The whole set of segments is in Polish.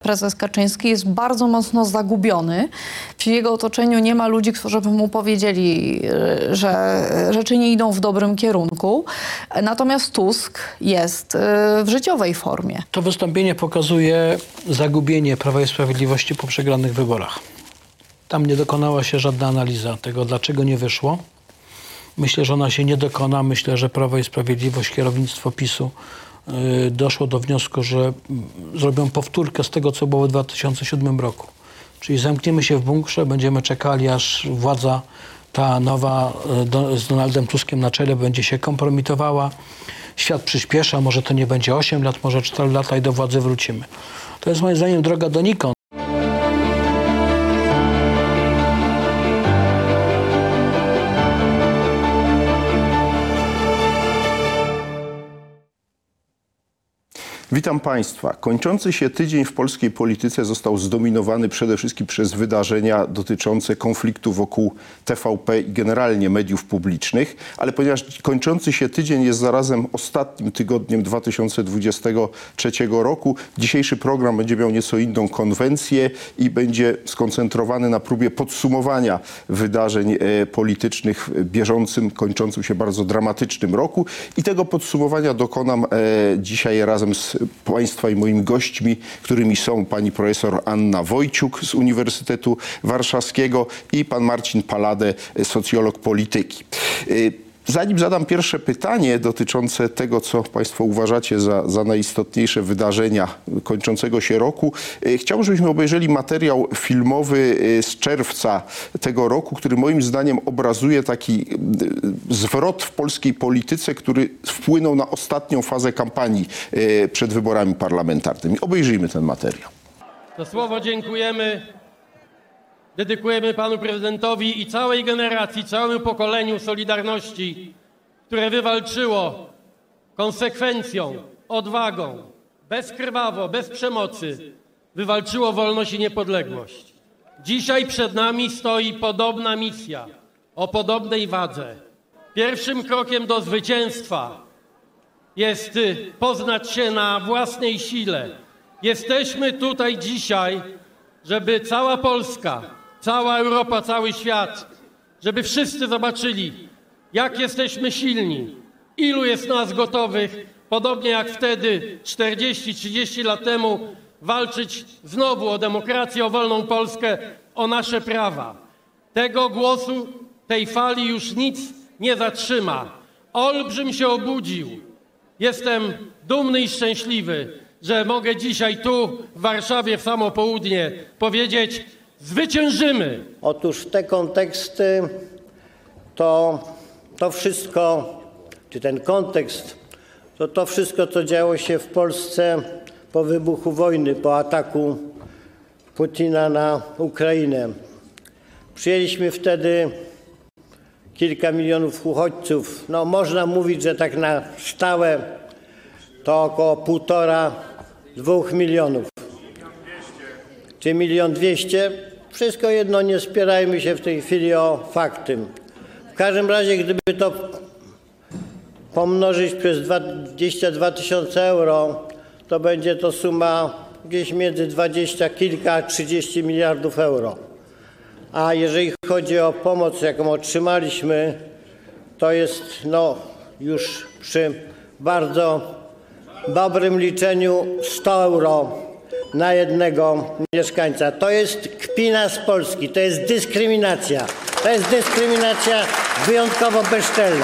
prezes Kaczyński jest bardzo mocno zagubiony. W jego otoczeniu nie ma ludzi, którzy by mu powiedzieli, że rzeczy nie idą w dobrym kierunku. Natomiast Tusk jest w życiowej formie. To wystąpienie pokazuje zagubienie Prawa i Sprawiedliwości po przegranych wyborach. Tam nie dokonała się żadna analiza tego, dlaczego nie wyszło. Myślę, że ona się nie dokona. Myślę, że Prawo i Sprawiedliwość, kierownictwo PiS-u doszło do wniosku, że zrobią powtórkę z tego, co było w 2007 roku. Czyli zamkniemy się w bunkrze, będziemy czekali, aż władza ta nowa z Donaldem Tuskiem na czele będzie się kompromitowała. Świat przyspiesza, może to nie będzie 8 lat, może 4 lata i do władzy wrócimy. To jest moim zdaniem droga donikąd. Witam Państwa. Kończący się tydzień w polskiej polityce został zdominowany przede wszystkim przez wydarzenia dotyczące konfliktu wokół TVP i generalnie mediów publicznych, ale ponieważ kończący się tydzień jest zarazem ostatnim tygodniem 2023 roku, dzisiejszy program będzie miał nieco inną konwencję i będzie skoncentrowany na próbie podsumowania wydarzeń politycznych w bieżącym, kończącym się bardzo dramatycznym roku i tego podsumowania dokonam dzisiaj razem z Państwa i moimi gośćmi, którymi są pani profesor Anna Wojciuk z Uniwersytetu Warszawskiego i pan Marcin Palade, socjolog polityki. Zanim zadam pierwsze pytanie dotyczące tego, co Państwo uważacie za najistotniejsze wydarzenia kończącego się roku, chciałbym, żebyśmy obejrzeli materiał filmowy z czerwca tego roku, który moim zdaniem obrazuje taki zwrot w polskiej polityce, który wpłynął na ostatnią fazę kampanii przed wyborami parlamentarnymi. Obejrzyjmy ten materiał. Za słowo dziękujemy. Dedykujemy panu prezydentowi i całej generacji, całemu pokoleniu Solidarności, które wywalczyło konsekwencją, odwagą, bezkrwawo, bez przemocy, wywalczyło wolność i niepodległość. Dzisiaj przed nami stoi podobna misja, o podobnej wadze. Pierwszym krokiem do zwycięstwa jest poznać się na własnej sile. Jesteśmy tutaj dzisiaj, żeby cała Polska, cała Europa, cały świat, żeby wszyscy zobaczyli, jak jesteśmy silni, ilu jest nas gotowych, podobnie jak wtedy 40-30 lat temu, walczyć znowu o demokrację, o wolną Polskę, o nasze prawa. Tego głosu, tej fali już nic nie zatrzyma. Olbrzym się obudził. Jestem dumny i szczęśliwy, że mogę dzisiaj tu w Warszawie w samo południe powiedzieć: zwyciężymy. Otóż te konteksty, to wszystko, czy ten kontekst, to wszystko, co działo się w Polsce po wybuchu wojny, po ataku Putina na Ukrainę. Przyjęliśmy wtedy kilka milionów uchodźców. No, można mówić, że tak na stałe to około 1,5–2 milionów. Czy 1,2 miliona? Wszystko jedno, nie spierajmy się w tej chwili o fakty. W każdym razie, gdyby to pomnożyć przez 22 000 euro, to będzie to suma gdzieś między 20 kilka a 30 miliardów euro. A jeżeli chodzi o pomoc, jaką otrzymaliśmy, to jest już przy bardzo dobrym liczeniu 100 euro na jednego mieszkańca. To jest kpina z Polski, to jest dyskryminacja. To jest dyskryminacja wyjątkowo bezczelna.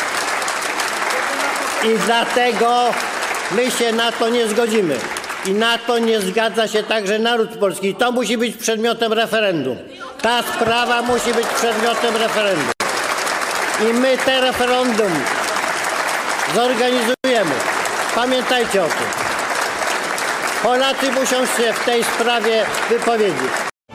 I dlatego my się na to nie zgodzimy. I na to nie zgadza się także naród polski. I to musi być przedmiotem referendum. Ta sprawa musi być przedmiotem referendum. I my te referendum zorganizujemy. Pamiętajcie o tym. Polacy muszą się w tej sprawie wypowiedzieć.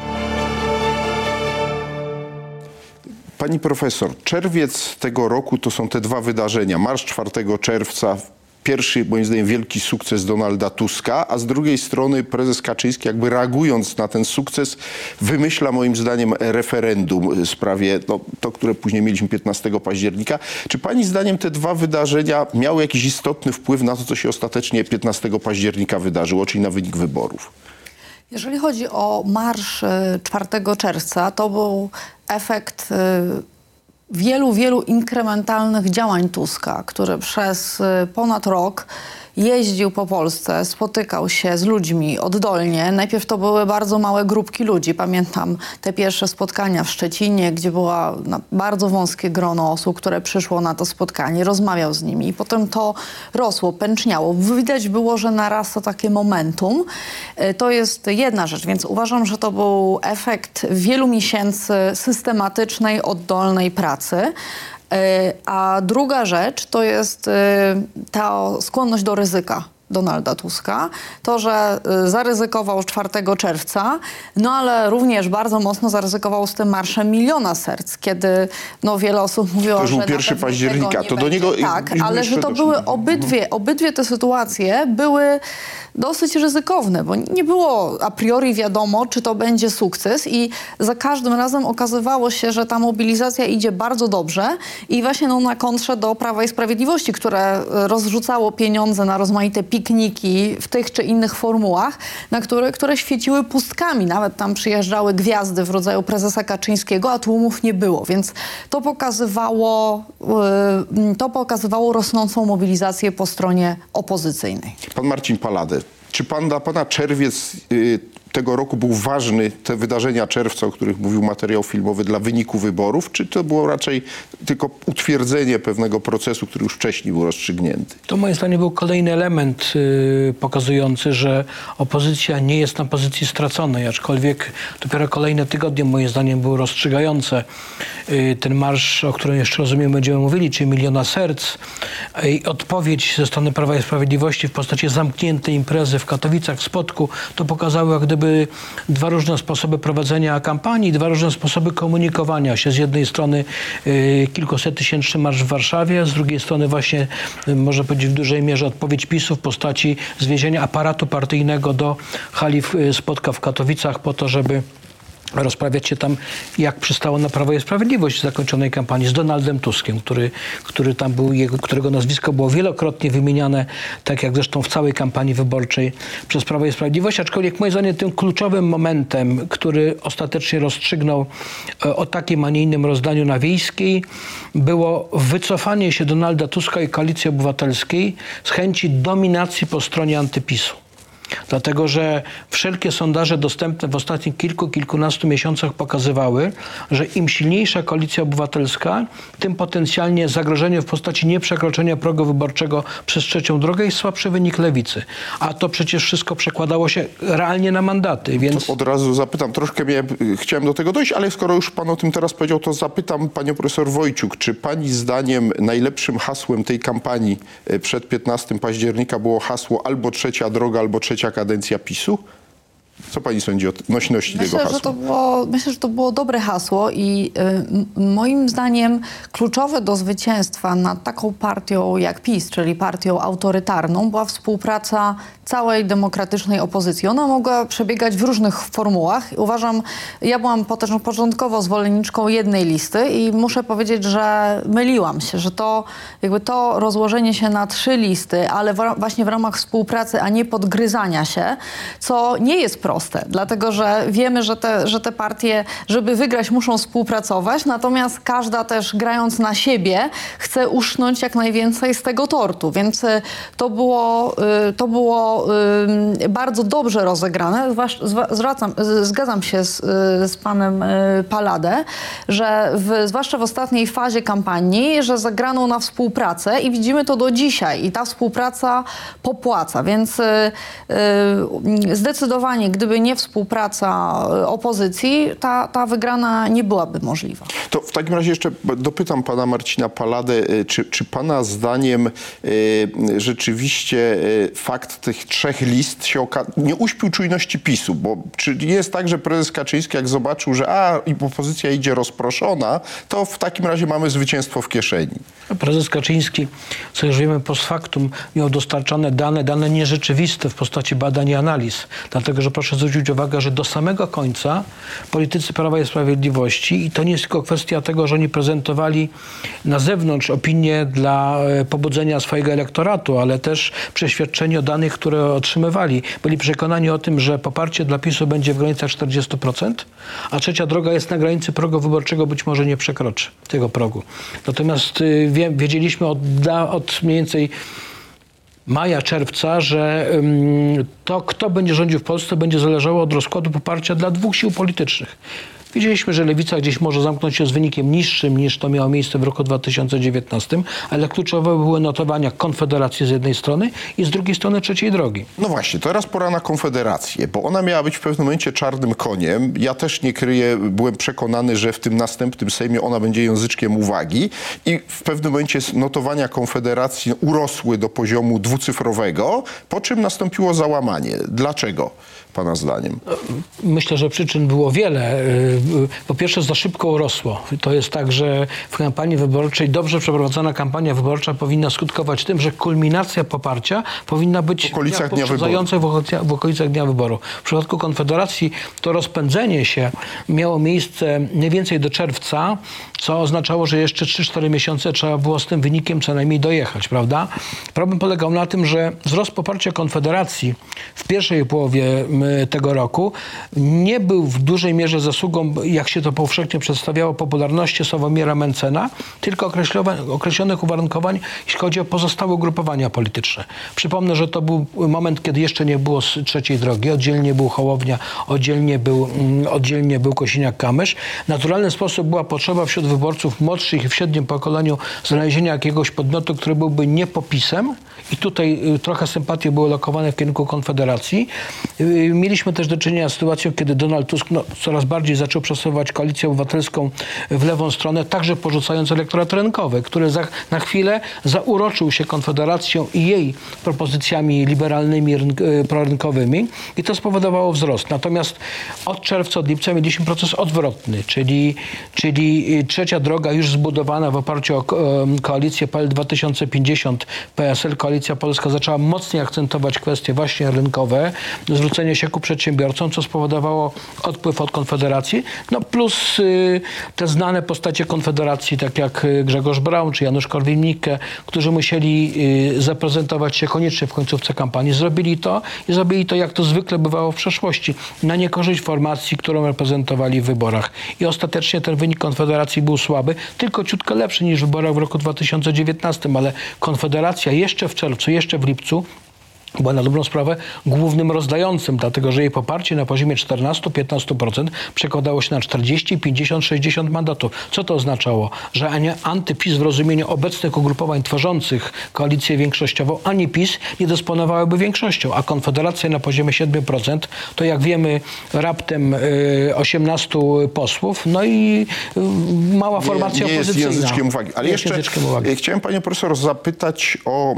Pani profesor, czerwiec tego roku to są te dwa wydarzenia. Marsz 4 czerwca, pierwszy, moim zdaniem, wielki sukces Donalda Tuska, a z drugiej strony prezes Kaczyński, jakby reagując na ten sukces, wymyśla, moim zdaniem, referendum w sprawie, to, które później mieliśmy 15 października. Czy pani zdaniem te dwa wydarzenia miały jakiś istotny wpływ na to, co się ostatecznie 15 października wydarzyło, czyli na wynik wyborów? Jeżeli chodzi o marsz 4 czerwca, to był efekt wielu inkrementalnych działań Tuska, który przez ponad rok jeździł po Polsce, spotykał się z ludźmi oddolnie. Najpierw to były bardzo małe grupki ludzi. Pamiętam te pierwsze spotkania w Szczecinie, gdzie było bardzo wąskie grono osób, które przyszło na to spotkanie, rozmawiał z nimi. I potem to rosło, pęczniało. Widać było, że narasta takie momentum. To jest jedna rzecz, więc uważam, że to był efekt wielu miesięcy systematycznej, oddolnej pracy. A druga rzecz to jest ta skłonność do ryzyka Donalda Tuska. To, że zaryzykował 4 czerwca, no ale również bardzo mocno zaryzykował z tym marszem 1 000 000 serc, kiedy wiele osób mówiło, To że był 1 października. To do niego tak, ale że to były obydwie te sytuacje były dosyć ryzykowne, bo nie było a priori wiadomo, czy to będzie sukces i za każdym razem okazywało się, że ta mobilizacja idzie bardzo dobrze i właśnie na kontrze do Prawa i Sprawiedliwości, które rozrzucało pieniądze na rozmaite pikniki w tych czy innych formułach, które świeciły pustkami. Nawet tam przyjeżdżały gwiazdy w rodzaju prezesa Kaczyńskiego, a tłumów nie było, więc to pokazywało rosnącą mobilizację po stronie opozycyjnej. Pan Marcin Palade, czy dla pana czerwiec tego roku był ważny, te wydarzenia czerwca, o których mówił materiał filmowy, dla wyniku wyborów, czy to było raczej tylko utwierdzenie pewnego procesu, który już wcześniej był rozstrzygnięty? To moim zdaniem był kolejny element pokazujący, że opozycja nie jest na pozycji straconej, aczkolwiek dopiero kolejne tygodnie moim zdaniem były rozstrzygające. Ten marsz, o którym jeszcze rozumiem będziemy mówili, czyli 1 000 000 serc i odpowiedź ze strony Prawa i Sprawiedliwości w postaci zamkniętej imprezy w Katowicach, w Spodku, to pokazało jak gdyby dwa różne sposoby prowadzenia kampanii, dwa różne sposoby komunikowania się. Z jednej strony kilkusettysięczny marsz w Warszawie, z drugiej strony właśnie, można powiedzieć w dużej mierze odpowiedź PiS-u w postaci zwiezienia aparatu partyjnego do hali Spodka w Katowicach po to, żeby rozprawiać się tam, jak przystało na Prawo i Sprawiedliwość w zakończonej kampanii z Donaldem Tuskiem, który tam był, którego nazwisko było wielokrotnie wymieniane, tak jak zresztą w całej kampanii wyborczej przez Prawo i Sprawiedliwość. Aczkolwiek moim zdaniem tym kluczowym momentem, który ostatecznie rozstrzygnął o takim, a nie innym rozdaniu na Wiejskiej, było wycofanie się Donalda Tuska i Koalicji Obywatelskiej z chęci dominacji po stronie antypisu. Dlatego, że wszelkie sondaże dostępne w ostatnich kilkunastu miesiącach pokazywały, że im silniejsza Koalicja Obywatelska, tym potencjalnie zagrożenie w postaci nieprzekroczenia progu wyborczego przez trzecią drogę i słabszy wynik Lewicy. A to przecież wszystko przekładało się realnie na mandaty, więc... To od razu zapytam, chciałem do tego dojść, ale skoro już pan o tym teraz powiedział, to zapytam panią profesor Wojciuk, czy pani zdaniem najlepszym hasłem tej kampanii przed 15 października było hasło albo trzecia droga, albo trzecia kadencja PiS-u? Co pani sądzi o nośności tego hasła? Myślę, że to było dobre hasło i moim zdaniem kluczowe do zwycięstwa nad taką partią jak PiS, czyli partią autorytarną, była współpraca całej demokratycznej opozycji. Ona mogła przebiegać w różnych formułach. Ja byłam początkowo zwolenniczką jednej listy i muszę powiedzieć, że myliłam się, że to rozłożenie się na 3 listy, ale właśnie w ramach współpracy, a nie podgryzania się, co nie jest proste, dlatego że wiemy, że te partie, żeby wygrać, muszą współpracować, natomiast każda też grając na siebie chce uszcząć jak najwięcej z tego tortu, więc to było bardzo dobrze rozegrane. Zgadzam się z panem Palade, że zwłaszcza w ostatniej fazie kampanii, że zagrano na współpracę i widzimy to do dzisiaj i ta współpraca popłaca, więc zdecydowanie, gdyby nie współpraca opozycji, ta wygrana nie byłaby możliwa. To w takim razie jeszcze dopytam pana Marcina Paladę, czy pana zdaniem rzeczywiście fakt tych 3 list nie uśpił czujności PiS-u? Bo czy jest tak, że prezes Kaczyński jak zobaczył, że opozycja idzie rozproszona, to w takim razie mamy zwycięstwo w kieszeni? Prezes Kaczyński, co już wiemy post factum, miał dostarczane dane nierzeczywiste w postaci badań i analiz. Dlatego, że proszę proszę zwrócić uwagę, że do samego końca politycy Prawa i Sprawiedliwości, i to nie jest tylko kwestia tego, że oni prezentowali na zewnątrz opinie dla pobudzenia swojego elektoratu, ale też przeświadczenie o danych, które otrzymywali. Byli przekonani o tym, że poparcie dla PiS-u będzie w granicach 40%, a Trzecia Droga jest na granicy progu wyborczego, być może nie przekroczy tego progu. Natomiast wiedzieliśmy od mniej więcej maja, czerwca, że to, kto będzie rządził w Polsce, będzie zależało od rozkładu poparcia dla dwóch sił politycznych. Wiedzieliśmy, że Lewica gdzieś może zamknąć się z wynikiem niższym niż to miało miejsce w roku 2019, ale kluczowe były notowania Konfederacji z jednej strony i z drugiej strony Trzeciej Drogi. No właśnie, teraz pora na Konfederację, bo ona miała być w pewnym momencie czarnym koniem. Ja też nie kryję, byłem przekonany, że w tym następnym Sejmie ona będzie języczkiem uwagi i w pewnym momencie notowania Konfederacji urosły do poziomu dwucyfrowego, po czym nastąpiło załamanie. Dlaczego, pana zdaniem? Myślę, że przyczyn było wiele. Po pierwsze, za szybko urosło. To jest tak, że w kampanii wyborczej dobrze przeprowadzona kampania wyborcza powinna skutkować tym, że kulminacja poparcia powinna być w okolicach dnia wyboru. W przypadku Konfederacji to rozpędzenie się miało miejsce mniej więcej do czerwca, co oznaczało, że jeszcze 3-4 miesiące trzeba było z tym wynikiem co najmniej dojechać, prawda? Problem polegał na tym, że wzrost poparcia Konfederacji w pierwszej połowie tego roku nie był w dużej mierze zasługą, jak się to powszechnie przedstawiało, popularności Sławomira Mentzena, tylko określonych uwarunkowań, jeśli chodzi o pozostałe ugrupowania polityczne. Przypomnę, że to był moment, kiedy jeszcze nie było Trzeciej Drogi. Oddzielnie był Hołownia, oddzielnie był Kosiniak-Kamysz. W naturalny sposób była potrzeba wśród wyborców młodszych i w średnim pokoleniu znalezienia jakiegoś podmiotu, który byłby nie PO-PiS-em i tutaj trochę sympatie były lokowane w kierunku Konfederacji. Mieliśmy też do czynienia z sytuacją, kiedy Donald Tusk coraz bardziej zaczął przesuwać Koalicję Obywatelską w lewą stronę, także porzucając elektorat rynkowy, który na chwilę zauroczył się Konfederacją i jej propozycjami liberalnymi, prorynkowymi i to spowodowało wzrost. Natomiast od czerwca, od lipca mieliśmy proces odwrotny, czyli Trzecia Droga już zbudowana w oparciu o koalicję PL 2050, PSL, Koalicja Polska zaczęła mocniej akcentować kwestie właśnie rynkowe, zwrócenie się ku przedsiębiorcom, co spowodowało odpływ od Konfederacji, no plus te znane postacie Konfederacji, tak jak Grzegorz Braun czy Janusz Korwin-Mikke, którzy musieli zaprezentować się koniecznie w końcówce kampanii. Zrobili to, jak to zwykle bywało w przeszłości, na niekorzyść formacji, którą reprezentowali w wyborach. I ostatecznie ten wynik Konfederacji był słaby, tylko ciutko lepszy niż w wyborach w roku 2019, ale Konfederacja jeszcze w czerwcu, jeszcze w lipcu była na dobrą sprawę głównym rozdającym, dlatego że jej poparcie na poziomie 14-15% przekładało się na 40, 50, 60 mandatów. Co to oznaczało? Że ani antyPiS w rozumieniu obecnych ugrupowań tworzących koalicję większościową, ani PiS nie dysponowałyby większością, a Konfederacja na poziomie 7% to jak wiemy raptem 18 posłów, no i mała formacja opozycyjna. Jest języczkiem uwagi. Ale jeszcze chciałem panią profesor zapytać o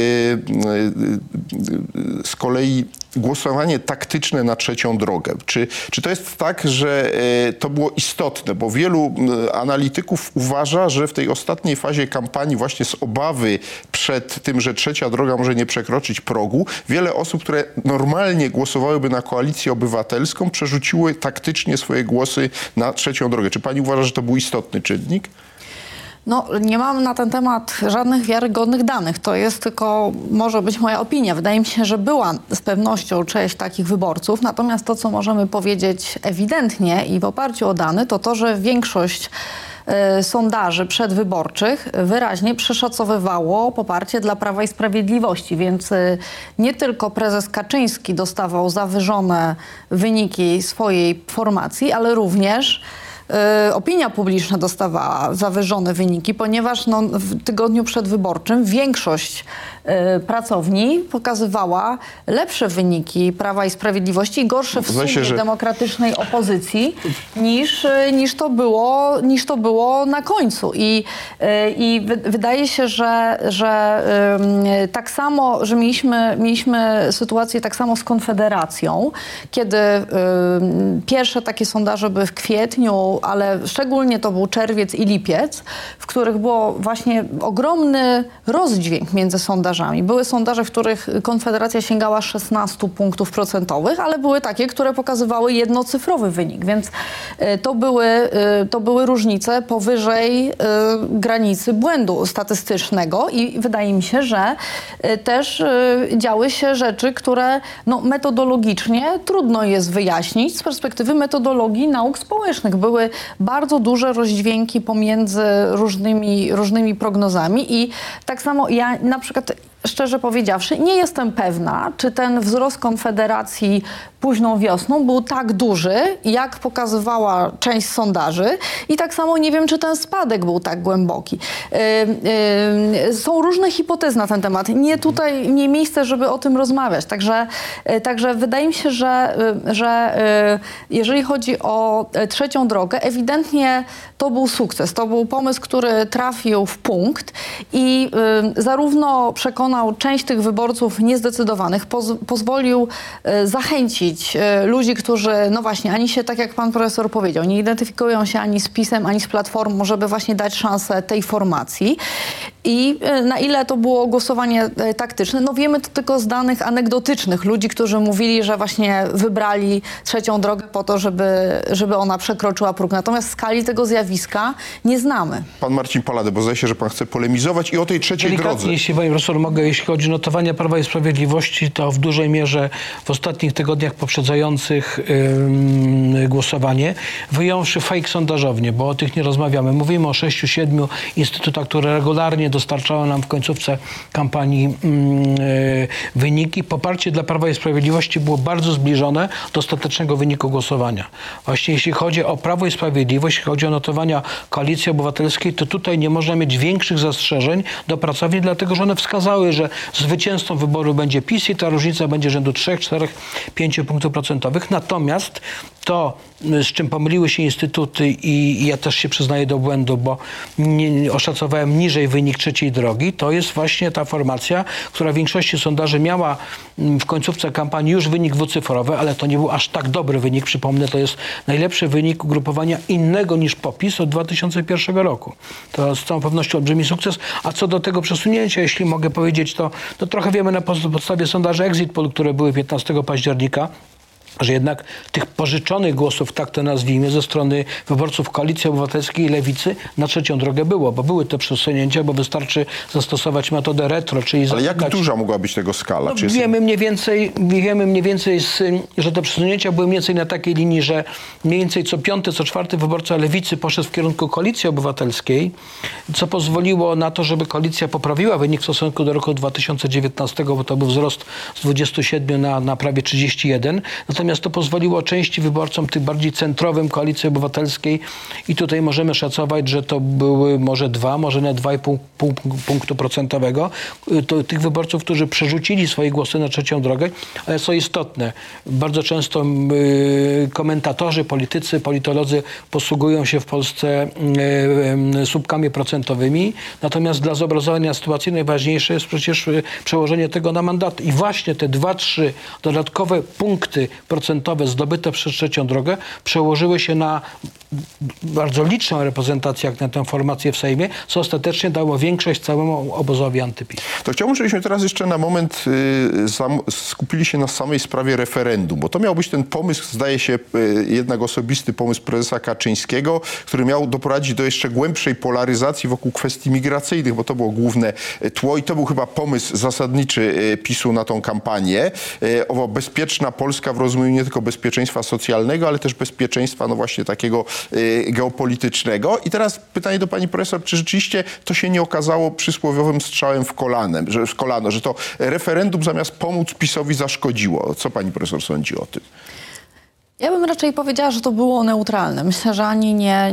z kolei głosowanie taktyczne na Trzecią Drogę. Czy to jest tak, że to było istotne? Bo wielu analityków uważa, że w tej ostatniej fazie kampanii właśnie z obawy przed tym, że Trzecia Droga może nie przekroczyć progu, wiele osób, które normalnie głosowałyby na Koalicję Obywatelską, przerzuciły taktycznie swoje głosy na Trzecią Drogę. Czy pani uważa, że to był istotny czynnik? No, nie mam na ten temat żadnych wiarygodnych danych. To jest tylko, może być moja opinia. Wydaje mi się, że była z pewnością część takich wyborców. Natomiast to, co możemy powiedzieć ewidentnie i w oparciu o dane, to to, że większość sondaży przedwyborczych wyraźnie przeszacowywało poparcie dla Prawa i Sprawiedliwości. Więc nie tylko prezes Kaczyński dostawał zawyżone wyniki swojej formacji, ale również opinia publiczna dostawała zawyżone wyniki, ponieważ w tygodniu przedwyborczym większość pracowni pokazywała lepsze wyniki Prawa i Sprawiedliwości i gorsze w sumie demokratycznej opozycji niż to było na końcu. I wydaje się, że tak samo, że mieliśmy sytuację tak samo z Konfederacją, kiedy pierwsze takie sondaże były w kwietniu, ale szczególnie to był czerwiec i lipiec, w których było właśnie ogromny rozdźwięk między sondażami. Były sondaże, w których Konfederacja sięgała 16 punktów procentowych, ale były takie, które pokazywały jednocyfrowy wynik, więc to były różnice powyżej granicy błędu statystycznego i wydaje mi się, że też działy się rzeczy, które metodologicznie trudno jest wyjaśnić z perspektywy metodologii nauk społecznych. Były bardzo duże rozdźwięki pomiędzy różnymi prognozami i tak samo ja na przykład, szczerze powiedziawszy, nie jestem pewna, czy ten wzrost Konfederacji późną wiosną był tak duży, jak pokazywała część sondaży i tak samo nie wiem, czy ten spadek był tak głęboki. Są różne hipotezy na ten temat. Nie miejsce, żeby o tym rozmawiać. Także wydaje mi się, że jeżeli chodzi o trzecią drogę, ewidentnie to był sukces. To był pomysł, który trafił w punkt i zarówno przekonał część tych wyborców niezdecydowanych, pozwolił zachęcić ludzi, którzy, no właśnie, ani się, tak jak pan profesor powiedział, nie identyfikują się ani z PiS-em, ani z Platformą, żeby właśnie dać szansę tej formacji. I na ile to było głosowanie taktyczne? No wiemy to tylko z danych anegdotycznych. Ludzi, którzy mówili, że właśnie wybrali trzecią drogę po to, żeby ona przekroczyła próg. Natomiast skali tego zjawiska nie znamy. Pan Marcin Palade, bo zdaje się, że pan chce polemizować i o tej trzeciej drodze. Jeśli pani profesor mogę, jeśli chodzi o notowania Prawa i Sprawiedliwości, to w dużej mierze w ostatnich tygodniach poprzedzających głosowanie, wyjąwszy fake sondażownie, bo o tych nie rozmawiamy. Mówimy o 6-7 instytutach, które regularnie dostarczały nam w końcówce kampanii wyniki. Poparcie dla Prawa i Sprawiedliwości było bardzo zbliżone do ostatecznego wyniku głosowania. Właśnie jeśli chodzi o Prawo i Sprawiedliwość, jeśli chodzi o notowania Koalicji Obywatelskiej, to tutaj nie można mieć większych zastrzeżeń do pracowni, dlatego że one wskazały, że zwycięzcą wyboru będzie PiS i ta różnica będzie rzędu 3, 4, 5 punktów procentowych. Natomiast to, z czym pomyliły się instytuty i ja też się przyznaję do błędu, bo oszacowałem niżej wynik trzeciej drogi, to jest właśnie ta formacja, która w większości sondaży miała w końcówce kampanii już wynik dwucyfrowy, ale to nie był aż tak dobry wynik. Przypomnę, to jest najlepszy wynik ugrupowania innego niż PO-PiS od 2001 roku. To z całą pewnością olbrzymi sukces. A co do tego przesunięcia, jeśli mogę powiedzieć, to trochę wiemy na podstawie sondaży Exit Poll, które były 15 października, że jednak tych pożyczonych głosów, tak to nazwijmy, ze strony wyborców Koalicji Obywatelskiej i Lewicy na trzecią drogę było, bo były te przesunięcia, bo wystarczy zastosować metodę retro, czyli... Ale jak duża mogła być tego skala? No, wiemy mniej więcej, że te przesunięcia były mniej więcej na takiej linii, że mniej więcej co piąty, co czwarty wyborca Lewicy poszedł w kierunku Koalicji Obywatelskiej, co pozwoliło na to, żeby koalicja poprawiła wynik w stosunku do roku 2019, bo to był wzrost z 27 na prawie 31. Natomiast to pozwoliło części wyborcom, tych bardziej centrowym Koalicji Obywatelskiej i tutaj możemy szacować, że to były może 2, może na 2,5 punktu procentowego. To tych wyborców, którzy przerzucili swoje głosy na trzecią drogę, ale co istotne, bardzo często komentatorzy, politycy, politolodzy posługują się w Polsce słupkami procentowymi, natomiast dla zobrazowania sytuacji najważniejsze jest przecież przełożenie tego na mandaty. I właśnie te 2-3 dodatkowe punkty procentowe zdobyte przez trzecią drogę przełożyły się na bardzo liczną reprezentację jak na tę formację w Sejmie, co ostatecznie dało większość całemu obozowi antyPiS. To chciałbym, żebyśmy teraz jeszcze na moment skupili się na samej sprawie referendum, bo to miał być ten pomysł, zdaje się, jednak osobisty pomysł prezesa Kaczyńskiego, który miał doprowadzić do jeszcze głębszej polaryzacji wokół kwestii migracyjnych, bo to było główne tło i to był chyba pomysł zasadniczy PiS-u na tą kampanię. Owo bezpieczna Polska w rozumieniu nie tylko bezpieczeństwa socjalnego, ale też bezpieczeństwa, no właśnie takiego geopolitycznego. I teraz pytanie do pani profesor, czy rzeczywiście to się nie okazało przysłowiowym strzałem w kolano, że to referendum zamiast pomóc PiS-owi zaszkodziło. Co pani profesor sądzi o tym? Ja bym raczej powiedziała, że to było neutralne. Myślę, że ani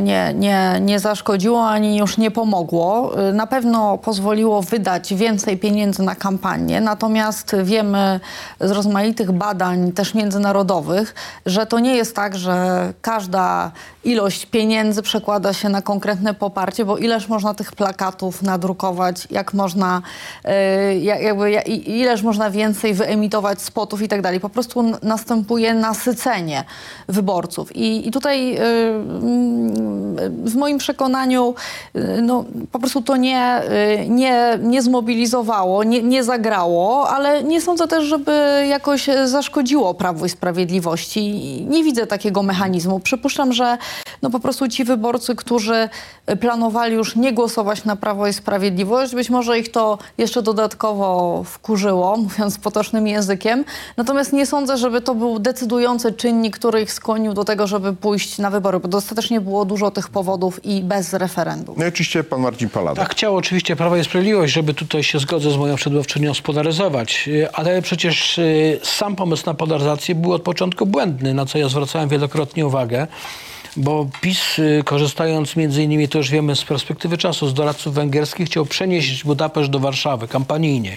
nie zaszkodziło, ani już nie pomogło. Na pewno pozwoliło wydać więcej pieniędzy na kampanię, natomiast wiemy z rozmaitych badań, też międzynarodowych, że to nie jest tak, że każda ilość pieniędzy przekłada się na konkretne poparcie, bo ileż można tych plakatów nadrukować, ileż można więcej wyemitować spotów i tak dalej. Po prostu następuje nasycenie wyborców. I tutaj w moim przekonaniu no, po prostu to nie zmobilizowało, nie zagrało, ale nie sądzę też, żeby jakoś zaszkodziło Prawu i Sprawiedliwości. Nie widzę takiego mechanizmu. Przypuszczam, że no, po prostu ci wyborcy, którzy planowali już nie głosować na Prawo i Sprawiedliwość, być może ich to jeszcze dodatkowo wkurzyło, mówiąc potocznym językiem. Natomiast nie sądzę, żeby to był decydujący czynnik, który ich skłonił do tego, żeby pójść na wybory, bo dostatecznie było dużo tych powodów i bez referendum. No i oczywiście pan Marcin Palada. Tak chciało oczywiście Prawo i Sprawiedliwość, żeby tutaj się zgodzę z moją przedmówczynią spolaryzować, ale przecież sam pomysł na polaryzację był od początku błędny, na co ja zwracałem wielokrotnie uwagę. Bo PiS, korzystając między innymi, to już wiemy z perspektywy czasu, z doradców węgierskich, chciał przenieść Budapeszt do Warszawy kampanijnie.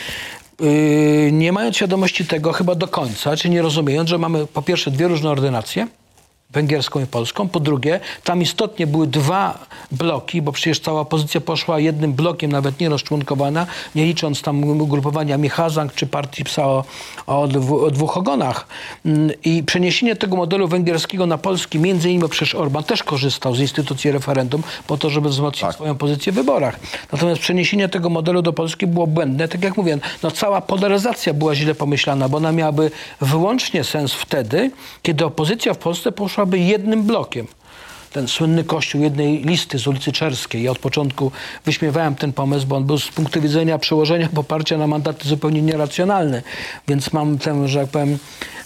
Nie mając świadomości tego chyba do końca, czy nie rozumiejąc, że mamy po pierwsze dwie różne ordynacje, węgierską i polską. Po drugie, tam istotnie były dwa bloki, bo przecież cała opozycja poszła jednym blokiem, nawet nie rozczłonkowana, nie licząc tam ugrupowania Michazang czy partii PSA o dwóch ogonach. I przeniesienie tego modelu węgierskiego na polski, między innymi przecież Orban też korzystał z instytucji referendum po to, żeby wzmocnić swoją pozycję w wyborach. Natomiast przeniesienie tego modelu do Polski było błędne. Tak jak mówię, no cała polaryzacja była źle pomyślana, bo ona miałaby wyłącznie sens wtedy, kiedy opozycja w Polsce poszłaby jednym blokiem. Ten słynny kościół jednej listy z ulicy Czerskiej. Ja od początku wyśmiewałem ten pomysł, bo on był z punktu widzenia przełożenia poparcia na mandaty zupełnie nieracjonalny. Więc mam tę, że jak powiem,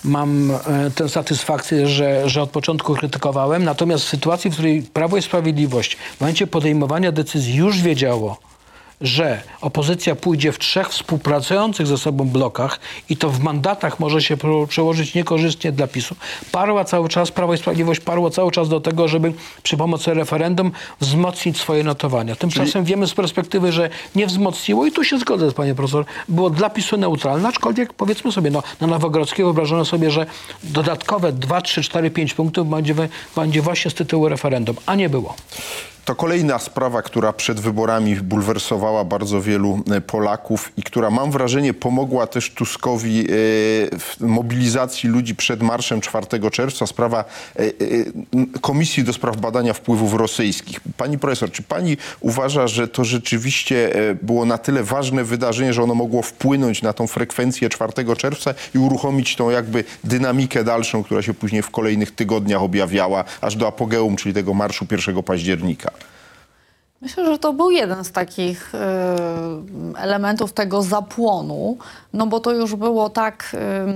tę satysfakcję, że od początku krytykowałem. Natomiast w sytuacji, w której Prawo i Sprawiedliwość w momencie podejmowania decyzji już wiedziało, że opozycja pójdzie w trzech współpracujących ze sobą blokach i to w mandatach może się przełożyć niekorzystnie dla PiS-u. Prawo i Sprawiedliwość parło cały czas do tego, żeby przy pomocy referendum wzmocnić swoje notowania. Tymczasem wiemy z perspektywy, że nie wzmocniło i tu się zgodzę, panie profesor, było dla PiS-u neutralne, aczkolwiek powiedzmy sobie, no, na Nowogrodzkiego wyobrażono sobie, że dodatkowe 2, 3, 4, 5 punktów będzie właśnie z tytułu referendum, a nie było. To kolejna sprawa, która przed wyborami bulwersowała bardzo wielu Polaków i która, mam wrażenie, pomogła też Tuskowi w mobilizacji ludzi przed marszem 4 czerwca. Sprawa Komisji do Spraw Badania Wpływów Rosyjskich. Pani profesor, czy pani uważa, że to rzeczywiście było na tyle ważne wydarzenie, że ono mogło wpłynąć na tą frekwencję 4 czerwca i uruchomić tą jakby dynamikę dalszą, która się później w kolejnych tygodniach objawiała, aż do apogeum, czyli tego marszu 1 października? Myślę, że to był jeden z takich elementów tego zapłonu, no bo to już było tak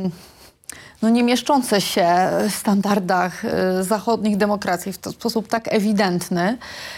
no nie mieszczące się w standardach zachodnich demokracji w sposób tak ewidentny,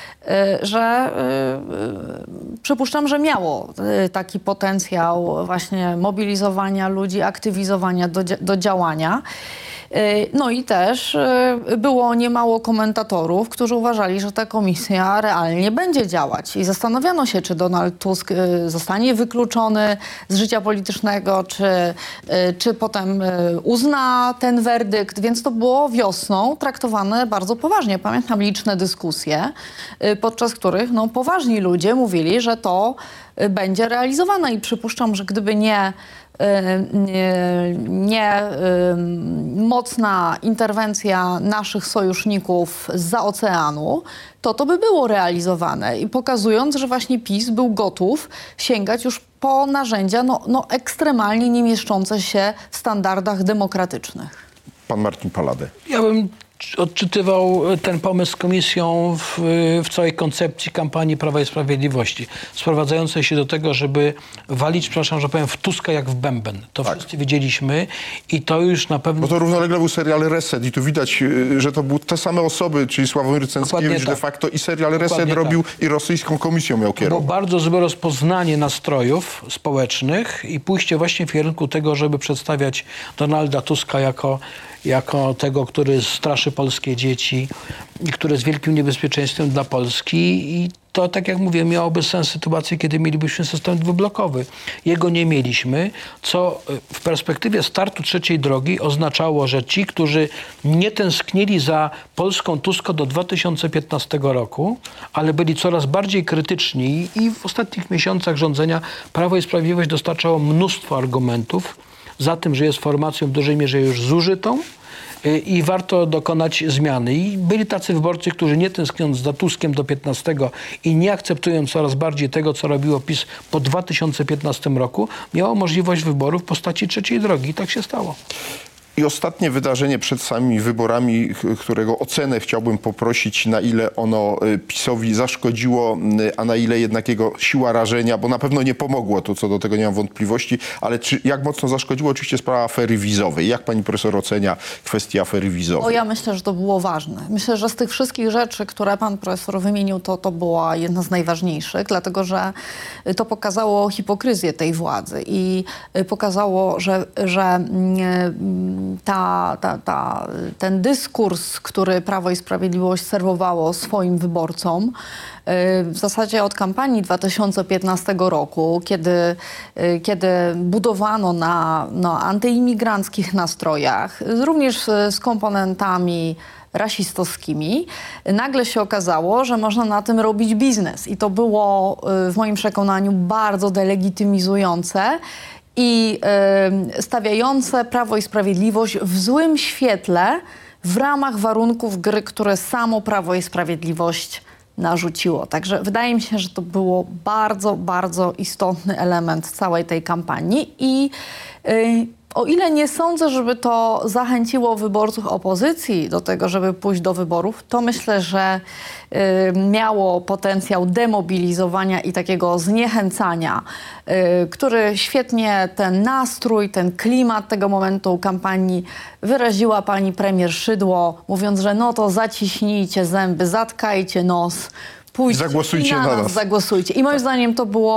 że przypuszczam, że miało taki potencjał właśnie mobilizowania ludzi, aktywizowania do działania. No i też było niemało komentatorów, którzy uważali, że ta komisja realnie będzie działać. I zastanawiano się, czy Donald Tusk zostanie wykluczony z życia politycznego, czy potem uzna ten werdykt. Więc to było wiosną traktowane bardzo poważnie. Pamiętam liczne dyskusje, podczas których no, poważni ludzie mówili, że to będzie realizowane. I przypuszczam, że gdyby nie mocna interwencja naszych sojuszników zza oceanu, to by było realizowane. I pokazując, że właśnie PiS był gotów sięgać już po narzędzia no ekstremalnie nie mieszczące się w standardach demokratycznych. Pan Marcin Palada. Ja bym odczytywał ten pomysł z komisją w całej koncepcji kampanii Prawa i Sprawiedliwości, sprowadzającej się do tego, żeby walić, przepraszam, że powiem, w Tuska jak w bęben. To wszyscy wiedzieliśmy i to już na pewno... Bo to równolegle był serial Reset i tu widać, że to były te same osoby, czyli Sławomir Cęckiewicz de facto i serial Reset robił i rosyjską komisją miał kierować. Było bardzo złe rozpoznanie nastrojów społecznych i pójście właśnie w kierunku tego, żeby przedstawiać Donalda Tuska jako tego, który straszy polskie dzieci i który jest wielkim niebezpieczeństwem dla Polski. I to, tak jak mówię, miałoby sens w sytuacji, kiedy mielibyśmy system dwublokowy. Jego nie mieliśmy, co w perspektywie startu trzeciej drogi oznaczało, że ci, którzy nie tęsknili za Polską Tuska do 2015 roku, ale byli coraz bardziej krytyczni i w ostatnich miesiącach rządzenia Prawo i Sprawiedliwość dostarczało mnóstwo argumentów za tym, że jest formacją w dużej mierze już zużytą, i warto dokonać zmiany. I byli tacy wyborcy, którzy nie tęskniąc za Tuskiem do 15 i nie akceptując coraz bardziej tego, co robiło PiS po 2015 roku, miało możliwość wyboru w postaci trzeciej drogi. I tak się stało. I ostatnie wydarzenie przed samymi wyborami, którego ocenę chciałbym poprosić, na ile ono PiS-owi zaszkodziło, a na ile jednak jego siła rażenia, bo na pewno nie pomogło, to co do tego nie mam wątpliwości, ale jak mocno zaszkodziło? Oczywiście sprawa afery wizowej. Jak pani profesor ocenia kwestię afery wizowej? Ja myślę, że to było ważne. Myślę, że z tych wszystkich rzeczy, które pan profesor wymienił, to była jedna z najważniejszych, dlatego że to pokazało hipokryzję tej władzy i pokazało, że ten dyskurs, który Prawo i Sprawiedliwość serwowało swoim wyborcom, w zasadzie od kampanii 2015 roku, kiedy budowano na antyimigranckich nastrojach, również z komponentami rasistowskimi, nagle się okazało, że można na tym robić biznes. I to było w moim przekonaniu bardzo delegitymizujące i stawiające Prawo i Sprawiedliwość w złym świetle w ramach warunków gry, które samo Prawo i Sprawiedliwość narzuciło. Także wydaje mi się, że to było bardzo, bardzo istotny element całej tej kampanii i o ile nie sądzę, żeby to zachęciło wyborców opozycji do tego, żeby pójść do wyborów, to myślę, że miało potencjał demobilizowania i takiego zniechęcania, który świetnie ten nastrój, ten klimat tego momentu kampanii wyraziła pani premier Szydło, mówiąc, że no to zaciśnijcie zęby, zatkajcie nos, pójdźcie zagłosujcie i na nas zagłosujcie. I moim zdaniem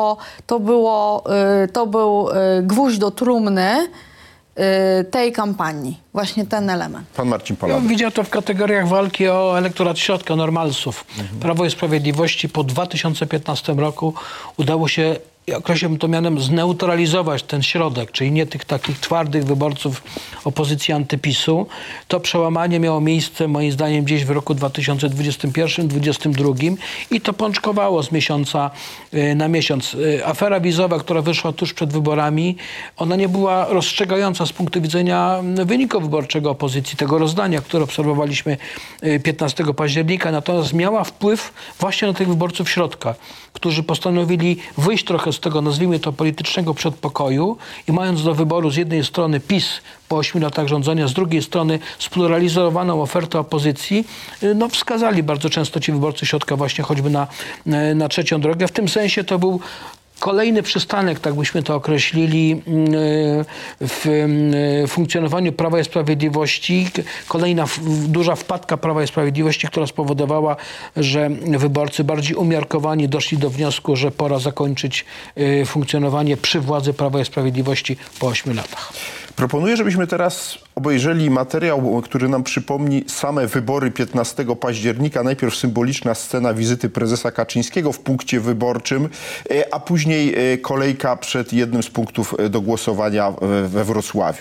to był gwóźdź do trumny tej kampanii. Właśnie ten element. Pan Marcin Ja Polanek. bym widział to w kategoriach walki o elektorat środka, normalsów. Prawo i Sprawiedliwości po 2015 roku udało się, określiłbym to mianem, zneutralizować ten środek, czyli nie tych takich twardych wyborców opozycji antypisu. To przełamanie miało miejsce moim zdaniem gdzieś w roku 2021-2022 i to pączkowało z miesiąca na miesiąc. Afera wizowa, która wyszła tuż przed wyborami, ona nie była rozstrzygająca z punktu widzenia wyniku wyborczego opozycji, tego rozdania, które obserwowaliśmy 15 października, natomiast miała wpływ właśnie na tych wyborców środka, którzy postanowili wyjść trochę z tego, nazwijmy to, politycznego przedpokoju i mając do wyboru z jednej strony PiS po 8 latach rządzenia, z drugiej strony spluralizowaną ofertę opozycji, no wskazali bardzo często ci wyborcy środka właśnie choćby na trzecią drogę. W tym sensie to był kolejny przystanek, tak byśmy to określili, w funkcjonowaniu Prawa i Sprawiedliwości. Kolejna duża wpadka Prawa i Sprawiedliwości, która spowodowała, że wyborcy bardziej umiarkowani doszli do wniosku, że pora zakończyć funkcjonowanie przy władzy Prawa i Sprawiedliwości po 8 latach. Proponuję, żebyśmy teraz obejrzeli materiał, który nam przypomni same wybory 15 października. Najpierw symboliczna scena wizyty prezesa Kaczyńskiego w punkcie wyborczym, a później kolejka przed jednym z punktów do głosowania we Wrocławiu.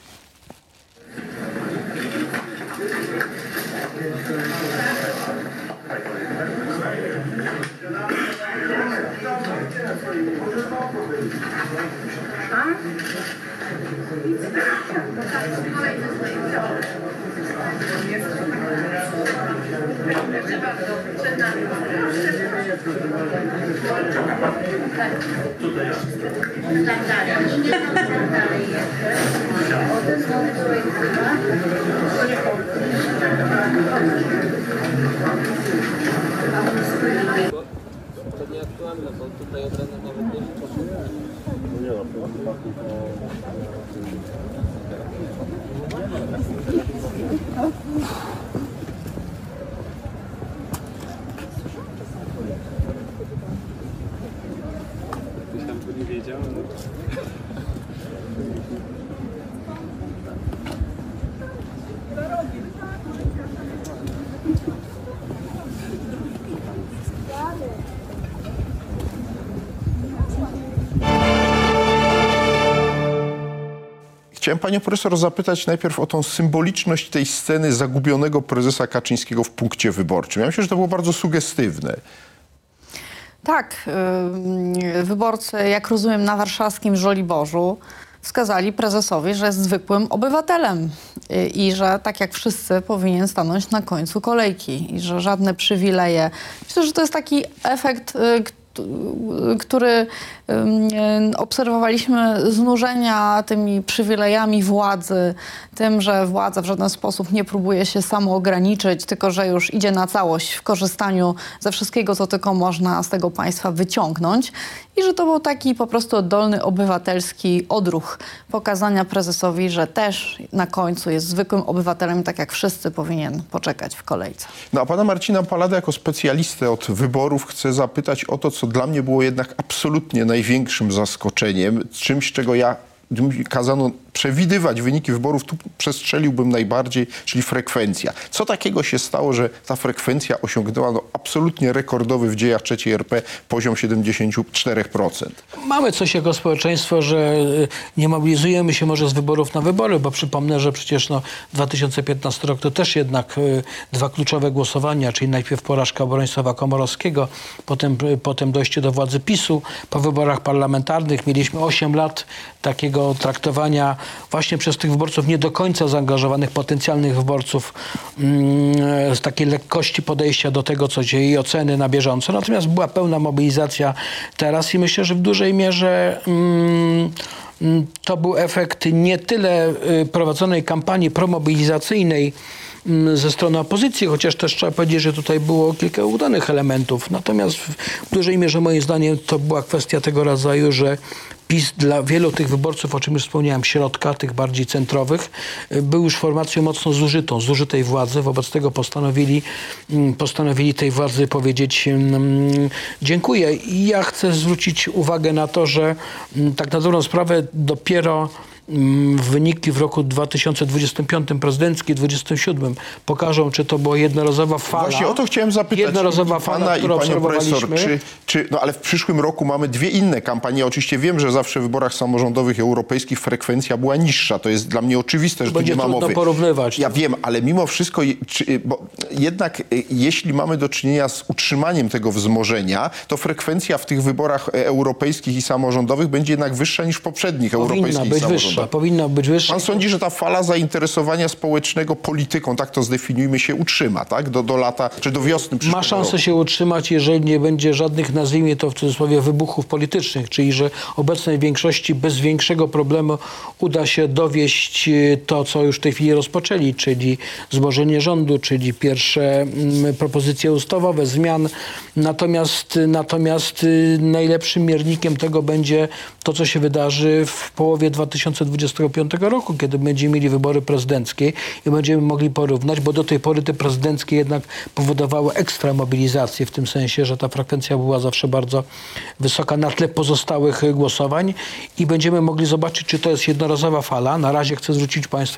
To nieaktualne, bo tutaj obrony nawet nie Ktoś tam tu nie wiedział, Chciałem panią profesor zapytać najpierw o tą symboliczność tej sceny zagubionego prezesa Kaczyńskiego w punkcie wyborczym. Ja myślę, że to było bardzo sugestywne. Tak, wyborcy, jak rozumiem, na warszawskim Żoliborzu wskazali prezesowi, że jest zwykłym obywatelem i że tak jak wszyscy powinien stanąć na końcu kolejki i że żadne przywileje. Myślę, że to jest taki efekt, który obserwowaliśmy znużenia tymi przywilejami władzy, tym, że władza w żaden sposób nie próbuje się samoograniczyć, tylko że już idzie na całość w korzystaniu ze wszystkiego, co tylko można z tego państwa wyciągnąć i że to był taki po prostu oddolny, obywatelski odruch pokazania prezesowi, że też na końcu jest zwykłym obywatelem, tak jak wszyscy powinien poczekać w kolejce. No a pana Marcina Palladę jako specjalistę od wyborów chcę zapytać o to, co dla mnie było jednak absolutnie największym zaskoczeniem, czymś, czego kazano przewidywać wyniki wyborów, tu przestrzeliłbym najbardziej, czyli frekwencja. Co takiego się stało, że ta frekwencja osiągnęła absolutnie rekordowy w dziejach III RP poziom 74%? Mamy coś jako społeczeństwo, że nie mobilizujemy się może z wyborów na wybory, bo przypomnę, że przecież 2015 rok to też jednak dwa kluczowe głosowania, czyli najpierw porażka Bronisława Komorowskiego, potem dojście do władzy PiS-u. Po wyborach parlamentarnych mieliśmy 8 lat takiego traktowania właśnie przez tych wyborców nie do końca zaangażowanych, potencjalnych wyborców, z takiej lekkości podejścia do tego, co dzieje i oceny na bieżąco. Natomiast była pełna mobilizacja teraz i myślę, że w dużej mierze to był efekt nie tyle prowadzonej kampanii promobilizacyjnej ze strony opozycji, chociaż też trzeba powiedzieć, że tutaj było kilka udanych elementów. Natomiast w dużej mierze moim zdaniem to była kwestia tego rodzaju, że PiS dla wielu tych wyborców, o czym już wspomniałem, środka, tych bardziej centrowych, był już formacją mocno zużytej władzy. Wobec tego postanowili tej władzy powiedzieć dziękuję. I ja chcę zwrócić uwagę na to, że tak na dobrą sprawę dopiero wyniki w roku 2025 prezydenckie, 2027 pokażą, czy to była jednorazowa fala. Właśnie o to chciałem zapytać jednorazowa fala, którą obserwowaliśmy. Ale w przyszłym roku mamy dwie inne kampanie. Oczywiście wiem, że zawsze w wyborach samorządowych europejskich frekwencja była niższa. To jest dla mnie oczywiste, że tu nie ma mowy. Będzie trudno porównywać. Ja wiem, ale mimo wszystko, bo jednak jeśli mamy do czynienia z utrzymaniem tego wzmożenia, to frekwencja w tych wyborach europejskich i samorządowych będzie jednak wyższa niż w poprzednich europejskich i samorządowych. Powinna być wyższa. Pan sądzi, że ta fala zainteresowania społecznego polityką, tak to zdefiniujmy, się utrzyma, tak? Do lata, czy do wiosny przyszłego Ma szansę roku? się utrzymać, jeżeli nie będzie żadnych, nazwijmy to w cudzysłowie, wybuchów politycznych, czyli że obecnej większości bez większego problemu uda się dowieść to, co już w tej chwili rozpoczęli, czyli złożenie rządu, czyli pierwsze propozycje ustawowe, zmian. Natomiast najlepszym miernikiem tego będzie to, co się wydarzy w połowie 2025 roku, kiedy będziemy mieli wybory prezydenckie i będziemy mogli porównać, bo do tej pory te prezydenckie jednak powodowały ekstra mobilizację, w tym sensie, że ta frekwencja była zawsze bardzo wysoka na tle pozostałych głosowań i będziemy mogli zobaczyć, czy to jest jednorazowa fala. Na razie chcę zwrócić Państwu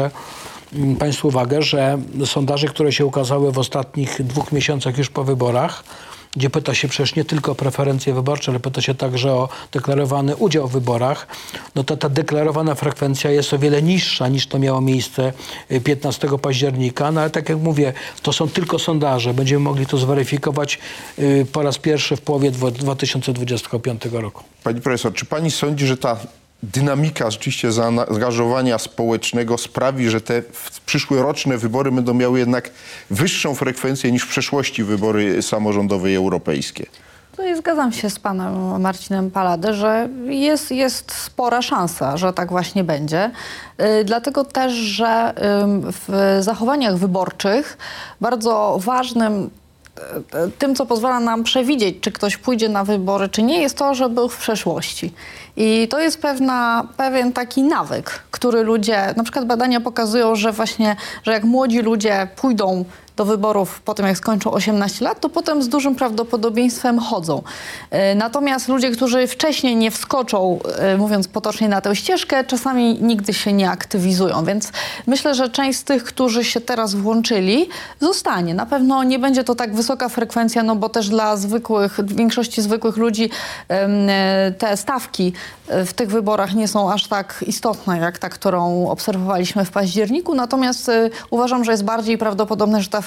uwagę, że sondaże, które się ukazały w ostatnich 2 miesiącach już po wyborach, gdzie pyta się przecież nie tylko o preferencje wyborcze, ale pyta się także o deklarowany udział w wyborach, no to ta deklarowana frekwencja jest o wiele niższa niż to miało miejsce 15 października. No ale tak jak mówię, to są tylko sondaże. Będziemy mogli to zweryfikować po raz pierwszy w połowie 2025 roku. Pani profesor, czy pani sądzi, że ta dynamika rzeczywiście zaangażowania społecznego sprawi, że te przyszłoroczne wybory będą miały jednak wyższą frekwencję niż w przeszłości wybory samorządowe i europejskie? Tutaj zgadzam się z panem Marcinem Palladę, że jest spora szansa, że tak właśnie będzie. Dlatego też, że w zachowaniach wyborczych bardzo ważnym tym, co pozwala nam przewidzieć, czy ktoś pójdzie na wybory, czy nie, jest to, że był w przeszłości. I to jest pewien taki nawyk, który ludzie, na przykład badania pokazują, że właśnie, że jak młodzi ludzie pójdą do wyborów po tym, jak skończą 18 lat, to potem z dużym prawdopodobieństwem chodzą. Natomiast ludzie, którzy wcześniej nie wskoczą, mówiąc potocznie, na tę ścieżkę, czasami nigdy się nie aktywizują. Więc myślę, że część z tych, którzy się teraz włączyli, zostanie. Na pewno nie będzie to tak wysoka frekwencja, no bo też dla większości zwykłych ludzi te stawki w tych wyborach nie są aż tak istotne, jak ta, którą obserwowaliśmy w październiku. Natomiast uważam, że jest bardziej prawdopodobne, że ta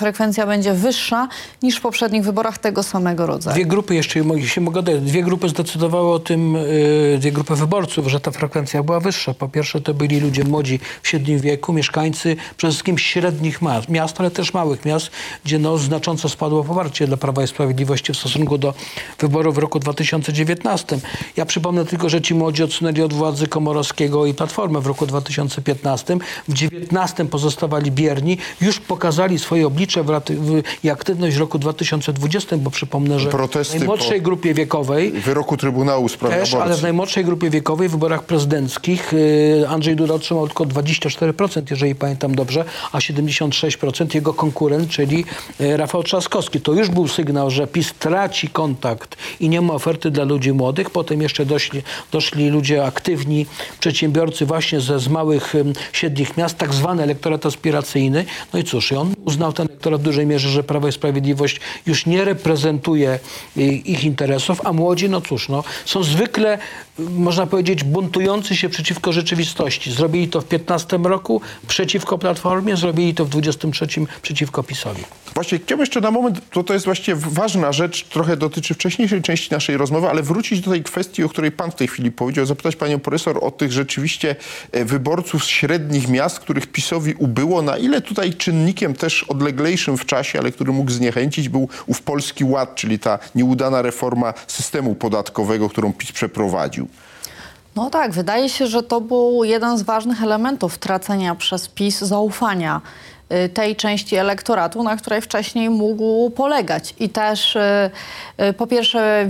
frekwencja będzie wyższa niż w poprzednich wyborach tego samego rodzaju. Dwie grupy jeszcze, się mogę dać, dwie grupy zdecydowały o tym, dwie grupy wyborców, że ta frekwencja była wyższa. Po pierwsze to byli ludzie młodzi w średnim wieku, mieszkańcy przede wszystkim średnich miast, ale też małych miast, gdzie znacząco spadło poparcie dla Prawa i Sprawiedliwości w stosunku do wyborów w roku 2019. Ja przypomnę tylko, że ci młodzi odsunęli od władzy Komorowskiego i Platformę w roku 2015. W 2019 pozostawali bierni, już pokazali swoje oblicze i aktywność w roku 2020, bo przypomnę, że protesty w najmłodszej grupie wiekowej wyroku Trybunału w sprawie też, ale w najmłodszej grupie wiekowej w wyborach prezydenckich Andrzej Duda otrzymał tylko 24%, jeżeli pamiętam dobrze, a 76% jego konkurent, czyli Rafał Trzaskowski. To już był sygnał, że PiS traci kontakt i nie ma oferty dla ludzi młodych. Potem jeszcze doszli ludzie aktywni, przedsiębiorcy właśnie z małych, średnich miast, tak zwany elektorat aspiracyjny. No i cóż, i on uznał ten elektorat w dużej mierze, że Prawo i Sprawiedliwość już nie reprezentuje ich interesów, a młodzi, no cóż, no, są zwykle, można powiedzieć, buntujący się przeciwko rzeczywistości. Zrobili to w 2015 roku przeciwko Platformie, zrobili to w 2023 przeciwko PiS-owi. Właśnie chciałbym jeszcze na moment, to jest właściwie ważna rzecz, trochę dotyczy wcześniejszej części naszej rozmowy, ale wrócić do tej kwestii, o której pan w tej chwili powiedział, zapytać panią profesor o tych rzeczywiście wyborców z średnich miast, których PiS-owi ubyło, na ile tutaj czynnikiem też odleglejszym w czasie, ale który mógł zniechęcić, był ów Polski Ład, czyli ta nieudana reforma systemu podatkowego, którą PiS przeprowadził. No tak, wydaje się, że to był jeden z ważnych elementów tracenia przez PiS zaufania tej części elektoratu, na której wcześniej mógł polegać. I też po pierwsze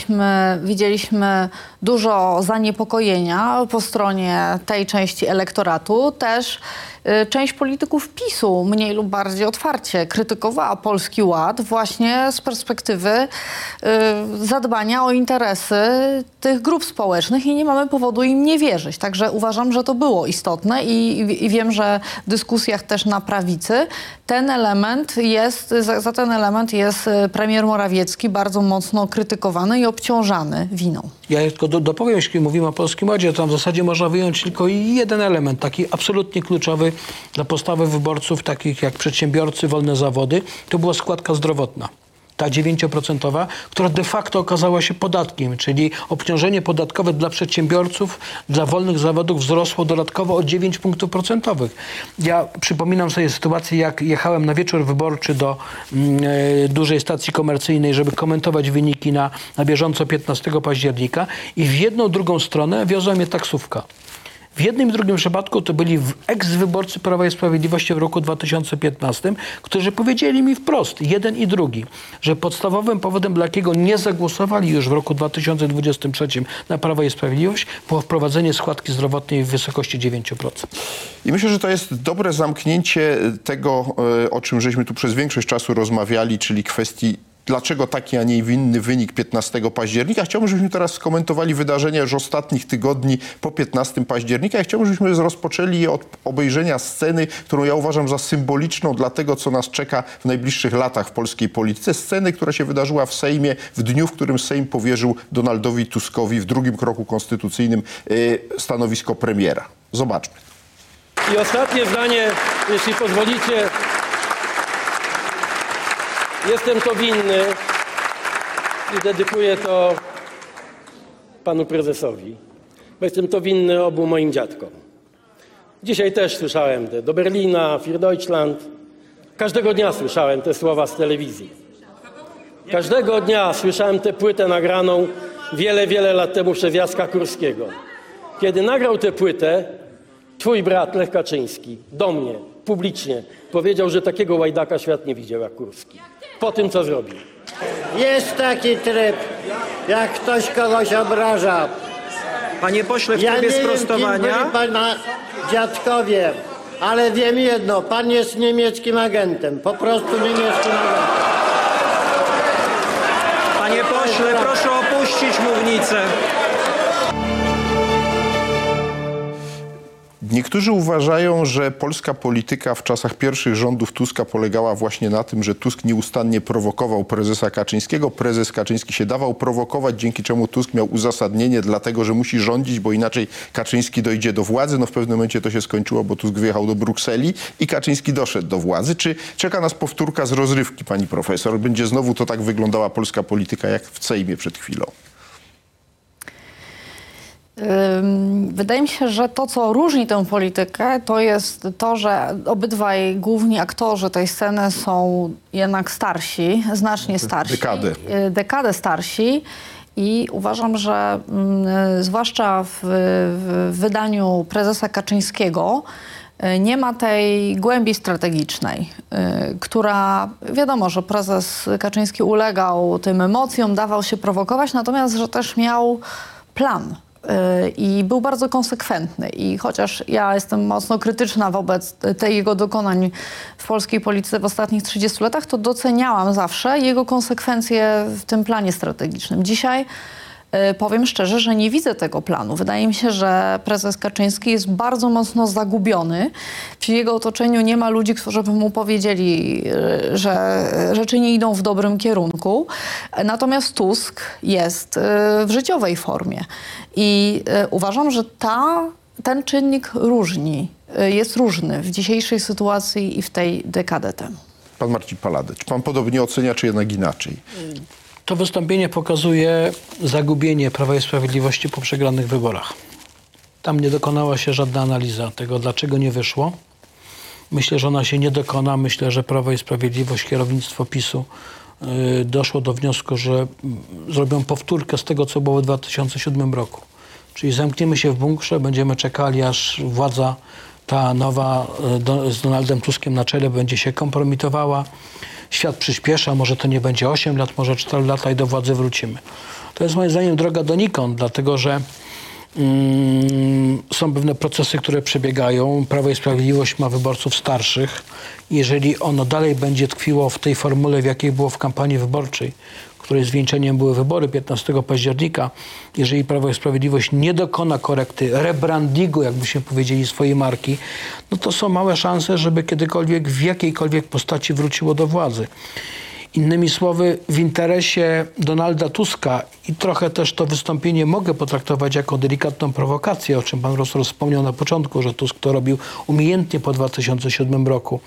widzieliśmy dużo zaniepokojenia po stronie tej części elektoratu. Też część polityków PiS-u mniej lub bardziej otwarcie krytykowała Polski Ład właśnie z perspektywy zadbania o interesy tych grup społecznych i nie mamy powodu im nie wierzyć. Także uważam, że to było istotne i wiem, że w dyskusjach też na prawicy za ten element jest premier Morawiecki bardzo mocno krytykowany i obciążany winą. Ja tylko dopowiem, jeśli mówimy o Polskim Ładzie, to tam w zasadzie można wyjąć tylko jeden element, taki absolutnie kluczowy dla postawy wyborców, takich jak przedsiębiorcy, wolne zawody, to była składka zdrowotna. Ta 9%, która de facto okazała się podatkiem, czyli obciążenie podatkowe dla przedsiębiorców, dla wolnych zawodów wzrosło dodatkowo o 9 punktów procentowych. Ja przypominam sobie sytuację, jak jechałem na wieczór wyborczy do dużej stacji komercyjnej, żeby komentować wyniki na bieżąco 15 października i w jedną, drugą stronę wiozła mnie taksówka. W jednym i drugim przypadku to byli eks-wyborcy Prawa i Sprawiedliwości w roku 2015, którzy powiedzieli mi wprost, jeden i drugi, że podstawowym powodem, dla jakiego nie zagłosowali już w roku 2023 na Prawo i Sprawiedliwość, było wprowadzenie składki zdrowotnej w wysokości 9%. I myślę, że to jest dobre zamknięcie tego, o czym żeśmy tu przez większość czasu rozmawiali, czyli kwestii dlaczego taki, a nie inny wynik 15 października. Chciałbym, żebyśmy teraz skomentowali wydarzenia już ostatnich tygodni po 15 października. Chciałbym, żebyśmy rozpoczęli je od obejrzenia sceny, którą ja uważam za symboliczną dla tego, co nas czeka w najbliższych latach w polskiej polityce. Sceny, która się wydarzyła w Sejmie w dniu, w którym Sejm powierzył Donaldowi Tuskowi w drugim kroku konstytucyjnym stanowisko premiera. Zobaczmy. I ostatnie zdanie, jeśli pozwolicie. Jestem to winny i dedykuję to panu prezesowi, bo jestem to winny obu moim dziadkom. Dzisiaj też słyszałem te do Berlina, für Deutschland. Każdego dnia słyszałem te słowa z telewizji. Każdego dnia słyszałem tę płytę nagraną wiele, wiele lat temu przez Jacka Kurskiego. Kiedy nagrał tę płytę, twój brat Lech Kaczyński do mnie publicznie powiedział, że takiego łajdaka świat nie widział jak Kurski. Po tym, co zrobił. Jest taki tryb, jak ktoś kogoś obraża. Panie pośle, w trybie sprostowania. Ja nie wiem, kim byli pana dziadkowie, ale wiem jedno, pan jest niemieckim agentem, po prostu niemieckim agentem. Panie pośle, proszę opuścić mównicę. Niektórzy uważają, że polska polityka w czasach pierwszych rządów Tuska polegała właśnie na tym, że Tusk nieustannie prowokował prezesa Kaczyńskiego. Prezes Kaczyński się dawał prowokować, dzięki czemu Tusk miał uzasadnienie, dlatego że musi rządzić, bo inaczej Kaczyński dojdzie do władzy. No w pewnym momencie to się skończyło, bo Tusk wyjechał do Brukseli i Kaczyński doszedł do władzy. Czy czeka nas powtórka z rozrywki, pani profesor? Będzie znowu to tak wyglądała polska polityka, jak w Sejmie przed chwilą? Wydaje mi się, że to, co różni tę politykę, to jest to, że obydwaj główni aktorzy tej sceny są jednak starsi, znacznie starsi. Dekadę starsi. I uważam, że zwłaszcza w wydaniu prezesa Kaczyńskiego nie ma tej głębi strategicznej, która, wiadomo, że prezes Kaczyński ulegał tym emocjom, dawał się prowokować, natomiast że też miał plan. I był bardzo konsekwentny. I chociaż ja jestem mocno krytyczna wobec tej jego dokonań w polskiej polityce w ostatnich 30 latach, to doceniałam zawsze jego konsekwencje w tym planie strategicznym. Dzisiaj powiem szczerze, że nie widzę tego planu. Wydaje mi się, że prezes Kaczyński jest bardzo mocno zagubiony. W jego otoczeniu nie ma ludzi, którzy by mu powiedzieli, że rzeczy nie idą w dobrym kierunku. Natomiast Tusk jest w życiowej formie. I uważam, że ten czynnik jest różny w dzisiejszej sytuacji i w tej dekadę temu. Pan Marcin Palady, czy pan podobnie ocenia, czy jednak inaczej? To wystąpienie pokazuje zagubienie Prawa i Sprawiedliwości po przegranych wyborach. Tam nie dokonała się żadna analiza tego, dlaczego nie wyszło. Myślę, że ona się nie dokona. Myślę, że Prawo i Sprawiedliwość, kierownictwo PiS-u doszło do wniosku, że zrobią powtórkę z tego, co było w 2007 roku. Czyli zamkniemy się w bunkrze, będziemy czekali, aż władza ta nowa z Donaldem Tuskiem na czele będzie się kompromitowała. Świat przyspiesza, może to nie będzie 8 lat, może 4 lata i do władzy wrócimy. To jest moim zdaniem droga donikąd, dlatego że są pewne procesy, które przebiegają. Prawo i Sprawiedliwość ma wyborców starszych. Jeżeli ono dalej będzie tkwiło w tej formule, w jakiej było w kampanii wyborczej, której zwieńczeniem były wybory 15 października, jeżeli Prawo i Sprawiedliwość nie dokona korekty, rebrandingu, jakbyśmy powiedzieli, swojej marki, no to są małe szanse, żeby kiedykolwiek, w jakiejkolwiek postaci wróciło do władzy. Innymi słowy, w interesie Donalda Tuska i trochę też to wystąpienie mogę potraktować jako delikatną prowokację, o czym pan profesor wspomniał na początku, że Tusk to robił umiejętnie po 2007 roku.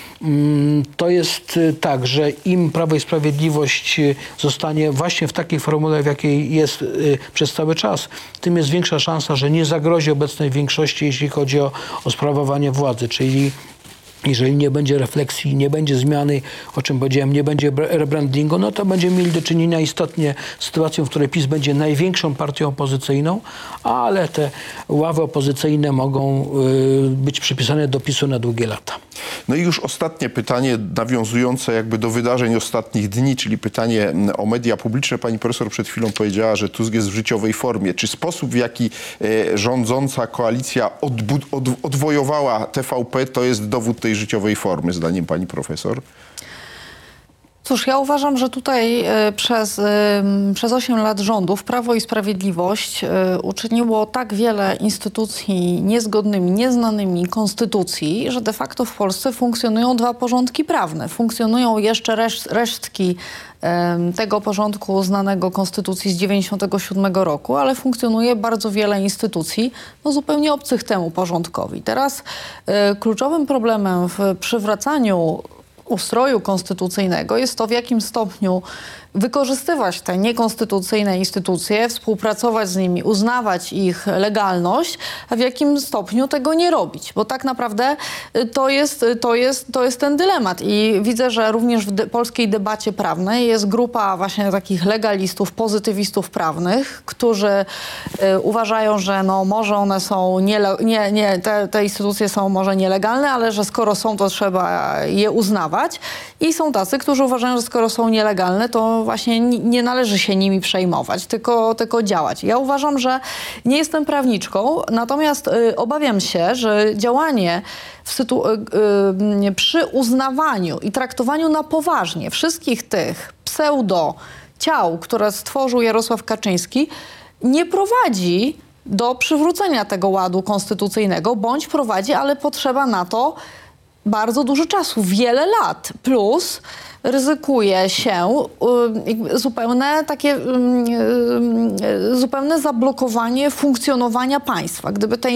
To jest tak, że im Prawo i Sprawiedliwość zostanie właśnie w takiej formule, w jakiej jest przez cały czas, tym jest większa szansa, że nie zagrozi obecnej większości, jeśli chodzi o sprawowanie władzy. Czyli jeżeli nie będzie refleksji, nie będzie zmiany, o czym powiedziałem, nie będzie rebrandingu, no to będziemy mieli do czynienia istotnie z sytuacją, w której PiS będzie największą partią opozycyjną, ale te ławy opozycyjne mogą być przypisane do PiS-u na długie lata. No i już ostatnie pytanie, nawiązujące jakby do wydarzeń ostatnich dni, czyli pytanie o media publiczne. Pani profesor przed chwilą powiedziała, że Tusk jest w życiowej formie. Czy sposób, w jaki rządząca koalicja odwojowała TVP, to jest dowód tej życiowej formy, zdaniem pani profesor? Cóż, ja uważam, że tutaj przez 8 lat rządów Prawo i Sprawiedliwość uczyniło tak wiele instytucji niezgodnymi, nieznanymi konstytucji, że de facto w Polsce funkcjonują dwa porządki prawne. Funkcjonują jeszcze resztki tego porządku znanego Konstytucji z 1997 roku, ale funkcjonuje bardzo wiele instytucji zupełnie obcych temu porządkowi. Teraz kluczowym problemem w przywracaniu ustroju konstytucyjnego jest to, w jakim stopniu wykorzystywać te niekonstytucyjne instytucje, współpracować z nimi, uznawać ich legalność, a w jakim stopniu tego nie robić. Bo tak naprawdę to jest ten dylemat. I widzę, że również w polskiej debacie prawnej jest grupa właśnie takich legalistów, pozytywistów prawnych, którzy uważają, że może one są te instytucje są może nielegalne, ale że skoro są, to trzeba je uznawać. I są tacy, którzy uważają, że skoro są nielegalne, to właśnie nie należy się nimi przejmować, tylko działać. Ja uważam, że nie jestem prawniczką, natomiast obawiam się, że działanie przy uznawaniu i traktowaniu na poważnie wszystkich tych pseudo ciał, które stworzył Jarosław Kaczyński, nie prowadzi do przywrócenia tego ładu konstytucyjnego, bądź prowadzi, ale potrzeba na to bardzo dużo czasu, wiele lat. Plus ryzykuje się zupełne zablokowanie funkcjonowania państwa, gdyby te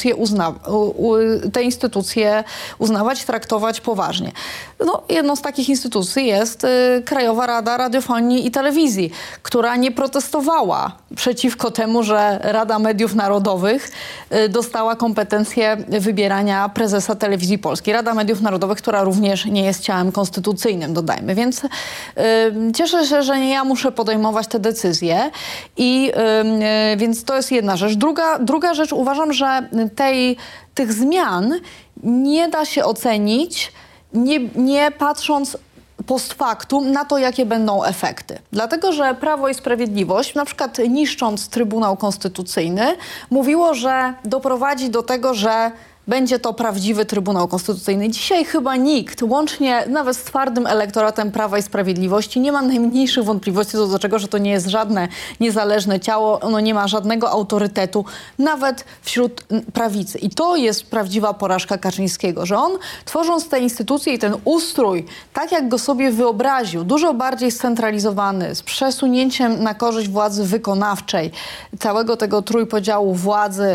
instytucje uznawać, traktować poważnie. No, jedną z takich instytucji jest Krajowa Rada Radiofonii i Telewizji, która nie protestowała przeciwko temu, że Rada Mediów Narodowych dostała kompetencje wybierania prezesa Telewizji Polskiej. Rada Mediów Narodowych, która również nie jest ciałem konstytucyjnym, dodajmy. Więc cieszę się, że nie ja muszę podejmować te decyzje. Więc to jest jedna rzecz. Druga rzecz, uważam, że tych zmian nie da się ocenić, nie patrząc post factum na to, jakie będą efekty. Dlatego, że Prawo i Sprawiedliwość, na przykład niszcząc Trybunał Konstytucyjny, mówiło, że doprowadzi do tego, że będzie to prawdziwy Trybunał Konstytucyjny. Dzisiaj chyba nikt, łącznie nawet z twardym elektoratem Prawa i Sprawiedliwości, nie ma najmniejszych wątpliwości co do tego, że to nie jest żadne niezależne ciało, ono nie ma żadnego autorytetu, nawet wśród prawicy. I to jest prawdziwa porażka Kaczyńskiego, że on, tworząc te instytucje i ten ustrój, tak jak go sobie wyobraził, dużo bardziej scentralizowany, z przesunięciem na korzyść władzy wykonawczej, całego tego trójpodziału władzy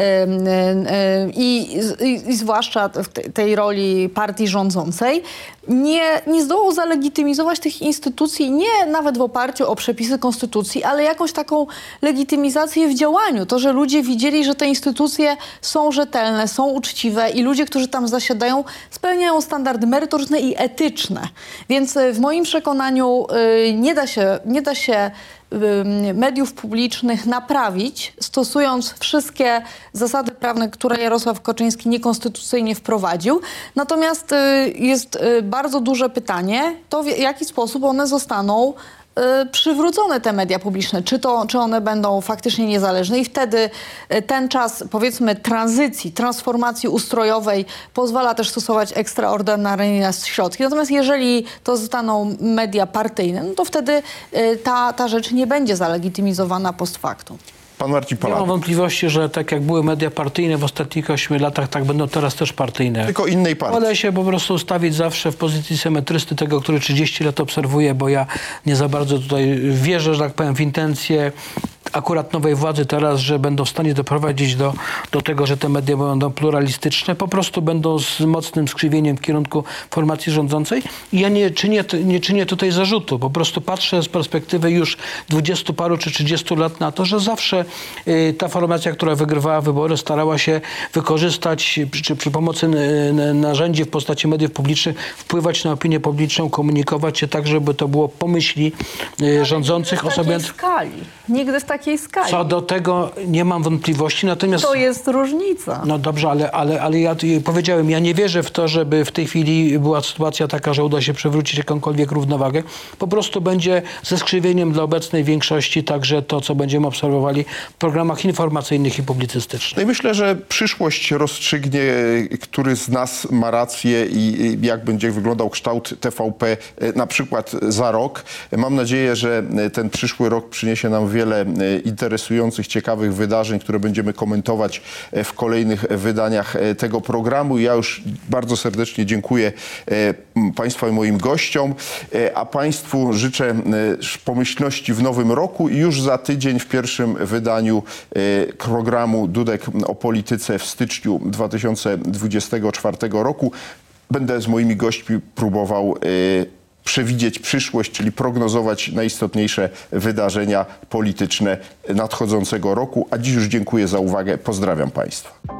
i zwłaszcza w tej roli partii rządzącej, nie zdołał zalegitymizować tych instytucji nie nawet w oparciu o przepisy konstytucji, ale jakąś taką legitymizację w działaniu. To, że ludzie widzieli, że te instytucje są rzetelne, są uczciwe i ludzie, którzy tam zasiadają, spełniają standardy merytoryczne i etyczne. Więc w moim przekonaniu nie da się mediów publicznych naprawić, stosując wszystkie zasady prawne, które Jarosław Kaczyński niekonstytucyjnie wprowadził. Natomiast jest bardzo duże pytanie, to w jaki sposób one zostaną przywrócone, te media publiczne. Czy one będą faktycznie niezależne i wtedy ten czas, powiedzmy, tranzycji, transformacji ustrojowej pozwala też stosować ekstraordynaryjne środki. Natomiast jeżeli to zostaną media partyjne, no to wtedy ta rzecz nie będzie zalegitymizowana post factum. Pan Marcin Nie Paladin. mam wątpliwości, że tak jak były media partyjne w ostatnich 8 latach, tak będą teraz też partyjne. Tylko innej partii. Wolę się po prostu ustawić zawsze w pozycji symetrysty tego, który 30 lat obserwuje, bo ja nie za bardzo tutaj wierzę, że tak powiem, w intencje akurat nowej władzy teraz, że będą w stanie doprowadzić do tego, że te media będą pluralistyczne, po prostu będą z mocnym skrzywieniem w kierunku formacji rządzącej. I ja nie czynię tutaj zarzutu. Po prostu patrzę z perspektywy już 20 paru czy 30 lat na to, że zawsze ta formacja, która wygrywała wybory, starała się wykorzystać przy pomocy narzędzi w postaci mediów publicznych, wpływać na opinię publiczną, komunikować się tak, żeby to było po myśli rządzących osób. Nigdy w takiej skali. Co do tego nie mam wątpliwości, natomiast... To jest różnica. No dobrze, ale ja powiedziałem, ja nie wierzę w to, żeby w tej chwili była sytuacja taka, że uda się przywrócić jakąkolwiek równowagę. Po prostu będzie ze skrzywieniem dla obecnej większości także to, co będziemy obserwowali w programach informacyjnych i publicystycznych. No i myślę, że przyszłość rozstrzygnie, który z nas ma rację i jak będzie wyglądał kształt TVP na przykład za rok. Mam nadzieję, że ten przyszły rok przyniesie nam wiele interesujących, ciekawych wydarzeń, które będziemy komentować w kolejnych wydaniach tego programu. Ja już bardzo serdecznie dziękuję Państwa i moim gościom, a Państwu życzę pomyślności w nowym roku i już za tydzień w pierwszym wydaniu programu Dudek o polityce w styczniu 2024 roku będę z moimi gośćmi próbował przewidzieć przyszłość, czyli prognozować najistotniejsze wydarzenia polityczne nadchodzącego roku. A dziś już dziękuję za uwagę. Pozdrawiam Państwa.